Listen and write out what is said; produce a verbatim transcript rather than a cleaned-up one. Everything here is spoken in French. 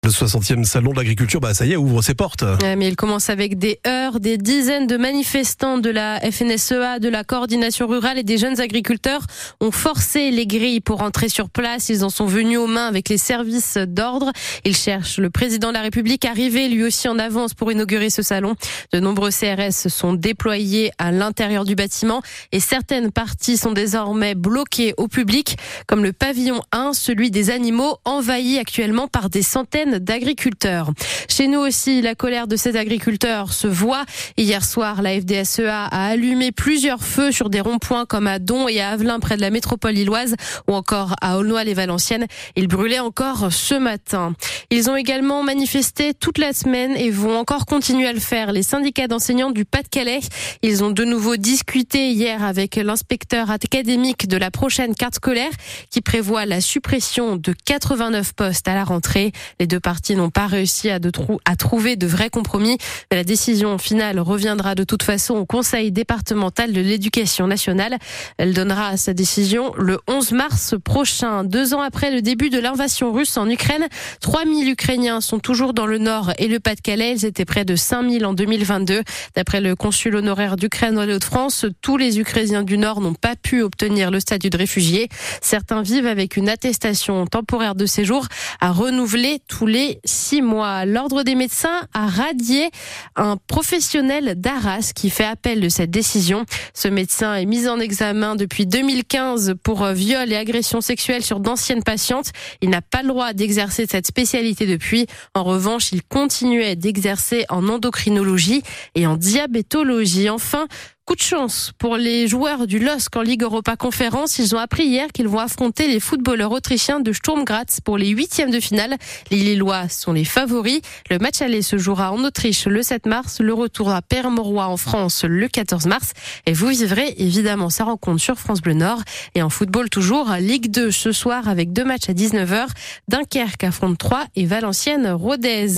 Le soixantième salon de l'agriculture, bah ça y est, ouvre ses portes. Ouais, mais il commence avec des heurts, des dizaines de manifestants de la F N S E A, de la coordination rurale et des jeunes agriculteurs ont forcé les grilles pour entrer sur place. Ils en sont venus aux mains avec les services d'ordre. Ils cherchent le président de la République arrivé lui aussi en avance pour inaugurer ce salon. De nombreux C R S sont déployés à l'intérieur du bâtiment et certaines parties sont désormais bloquées au public, comme le pavillon un, celui des animaux, envahi actuellement par des centaines d'agriculteurs. Chez nous aussi, la colère de ces agriculteurs se voit. Hier soir, la F D S E A a allumé plusieurs feux sur des ronds-points comme à Don et à Avelin près de la métropole lilloise ou encore à Aulnoy-les-Valenciennes. Ils brûlaient encore ce matin. Ils ont également manifesté toute la semaine et vont encore continuer à le faire. Les syndicats d'enseignants du Pas-de-Calais, ils ont de nouveau discuté hier avec l'inspecteur académique de la prochaine carte scolaire qui prévoit la suppression de quatre-vingt-neuf postes à la rentrée. Les deux parties n'ont pas réussi à, de trou- à trouver de vrais compromis, mais la décision finale reviendra de toute façon au Conseil départemental de l'éducation nationale. Elle donnera sa décision le onze mars prochain. Deux ans après le début de l'invasion russe en Ukraine, trois mille Ukrainiens sont toujours dans le Nord et le Pas-de-Calais. Ils étaient près de cinq mille en deux mille vingt-deux. D'après le consul honoraire d'Ukraine dans les Hauts-de-France, tous les Ukrainiens du Nord n'ont pas pu obtenir le statut de réfugié. Certains vivent avec une attestation temporaire de séjour à renouveler tous les six mois. L'Ordre des médecins a radié un professionnel d'Arras qui fait appel de cette décision. Ce médecin est mis en examen depuis deux mille quinze pour viol et agression sexuelle sur d'anciennes patientes. Il n'a pas le droit d'exercer cette spécialité depuis. En revanche, il continuait d'exercer en endocrinologie et en diabétologie. Enfin, coup de chance pour les joueurs du L O S C en Ligue Europa Conférence. Ils ont appris hier qu'ils vont affronter les footballeurs autrichiens de Sturm Graz pour les huitièmes de finale. Les Lillois sont les favoris. Le match aller se jouera en Autriche le sept mars. Le retour à Permorois en France le quatorze mars. Et vous vivrez évidemment sa rencontre sur France Bleu Nord. Et en football toujours, Ligue deux ce soir avec deux matchs à dix-neuf heures. Dunkerque affronte Troyes et Valenciennes Rodez.